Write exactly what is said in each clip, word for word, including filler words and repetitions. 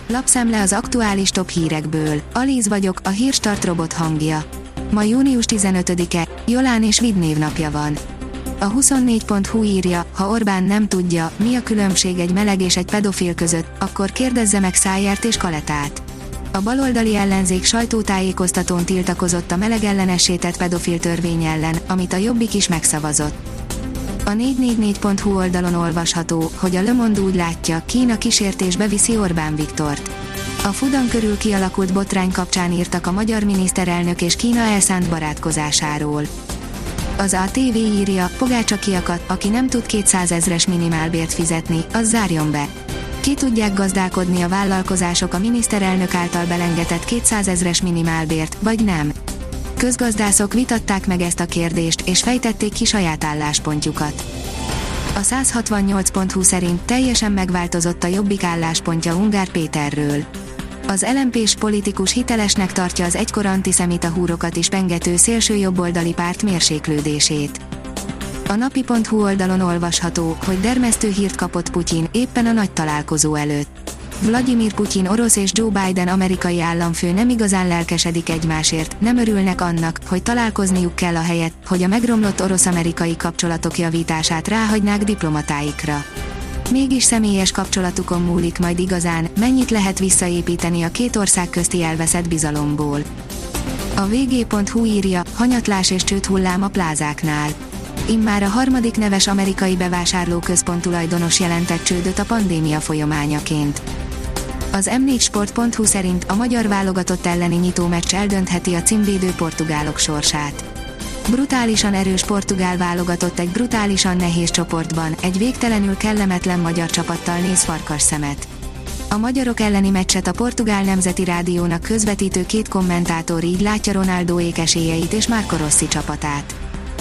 Lapszemle az aktuális top hírekből. Alíz vagyok, a Hírstart robot hangja. Ma június tizenötödike, Jolán és Vid névnapja van. A huszonnégy pont hu írja, ha Orbán nem tudja, mi a különbség egy meleg és egy pedofil között, akkor kérdezze meg Szájert és Kalettát. A baloldali ellenzék sajtótájékoztatón tiltakozott a melegellenessé tett pedofil törvény ellen, amit a Jobbik is megszavazott. A négy négy négy pont hu oldalon olvasható, hogy a Le Monde úgy látja, Kína kísértésbe viszi Orbán Viktort. A Fudan körül kialakult botrány kapcsán írtak a magyar miniszterelnök és Kína elszánt barátkozásáról. Az á té vé írja, Pogácsa kiakadt, aki nem tud kétszázezres minimálbért fizetni, az zárjon be. Ki tudják gazdálkodni a vállalkozások a miniszterelnök által belengetett kétszázezres minimálbért, vagy nem? Közgazdászok vitatták meg ezt a kérdést, és fejtették ki saját álláspontjukat. A száz hatvannyolc pont hu szerint teljesen megváltozott a Jobbik álláspontja Ungár Péterről. Az el em pés politikus hitelesnek tartja az egykor antiszemita húrokat is pengető szélsőjobboldali párt mérséklődését. A napi pont hu oldalon olvasható, hogy dermesztő hírt kapott Putyin éppen a nagy találkozó előtt. Vladimir Putyin orosz és Joe Biden amerikai államfő nem igazán lelkesedik egymásért, nem örülnek annak, hogy találkozniuk kell ahelyett, hogy a megromlott orosz-amerikai kapcsolatok javítását ráhagynák diplomatáikra. Mégis személyes kapcsolatukon múlik majd igazán, mennyit lehet visszaépíteni a két ország közti elveszett bizalomból. A vé gé pont hu írja, hanyatlás és csődhullám a plázáknál. Immár a harmadik neves amerikai bevásárlóközpont tulajdonos jelentett csődöt a pandémia folyamányaként. Az em négy sport pont hu szerint a magyar válogatott elleni nyitómeccs eldöntheti a címvédő portugálok sorsát. Brutálisan erős portugál válogatott egy brutálisan nehéz csoportban, egy végtelenül kellemetlen magyar csapattal néz farkasszemet. A magyarok elleni meccset a portugál nemzeti rádiónak közvetítő két kommentátor így látja Ronaldóék esélyeit és Marco Rossi csapatát.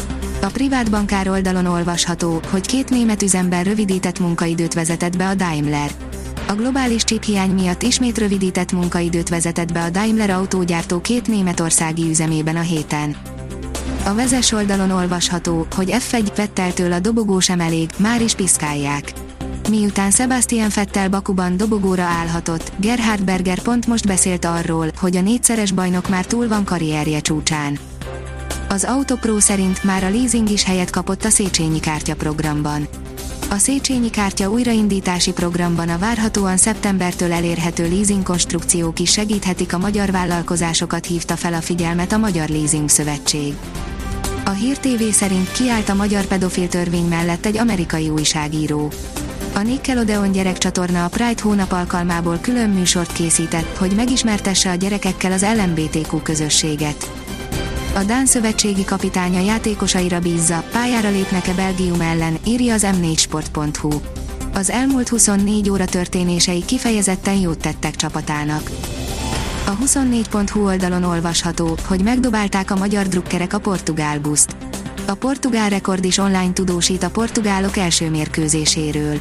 A privát bankár oldalon olvasható, hogy két német üzemben rövidített munkaidőt vezetett be a Daimler. A globális chiphiány miatt ismét rövidített munkaidőt vezetett be a Daimler autógyártó két németországi üzemében a héten. A vezes oldalon olvasható, hogy ef egy Vetteltől a dobogó sem elég, már is piszkálják. Miután Sebastian Vettel Bakuban dobogóra állhatott, Gerhard Berger pont most beszélt arról, hogy a négyszeres bajnok már túl van karrierje csúcsán. Az Autopro szerint már a leasing is helyet kapott a Széchenyi kártya programban. A Széchenyi kártya újraindítási programban a várhatóan szeptembertől elérhető leasing konstrukciók is segíthetik a magyar vállalkozásokat, hívta fel a figyelmet a Magyar Leasing Szövetség. A Hír té vé szerint kiállt a magyar pedofil törvény mellett egy amerikai újságíró. A Nickelodeon gyerekcsatorna a Pride hónap alkalmából külön műsort készített, hogy megismertesse a gyerekekkel az el em bé té kú közösséget. A dán szövetségi kapitánya játékosaira bízza, pályára lépnek-e Belgium ellen, írja az em négy sport pont hu. Az elmúlt huszonnégy óra történései kifejezetten jót tettek csapatának. A huszonnégy pont hu oldalon olvasható, hogy megdobálták a magyar drukkerek a portugál buszt. A portugál rekord is online tudósít a portugálok első mérkőzéséről.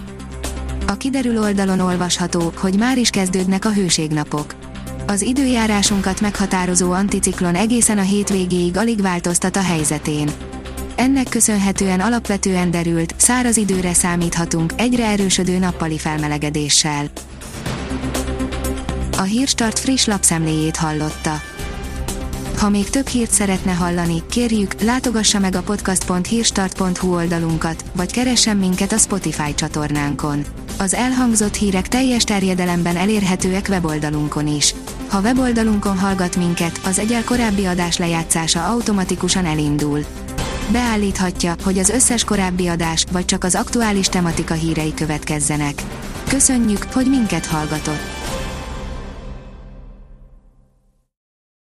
A kiderül oldalon olvasható, hogy már is kezdődnek a hőségnapok. Az időjárásunkat meghatározó anticiklon egészen a hétvégéig alig változtat a helyzetén. Ennek köszönhetően alapvetően derült, száraz időre számíthatunk, egyre erősödő nappali felmelegedéssel. A Hírstart friss lapszemléjét hallotta. Ha még több hírt szeretne hallani, kérjük, látogassa meg a podcast pont hírstart pont hu oldalunkat, vagy keressen minket a Spotify csatornánkon. Az elhangzott hírek teljes terjedelemben elérhetőek weboldalunkon is. Ha weboldalunkon hallgat minket, az egyel korábbi adás lejátszása automatikusan elindul. Beállíthatja, hogy az összes korábbi adás, vagy csak az aktuális tematika hírei következzenek. Köszönjük, hogy minket hallgatott!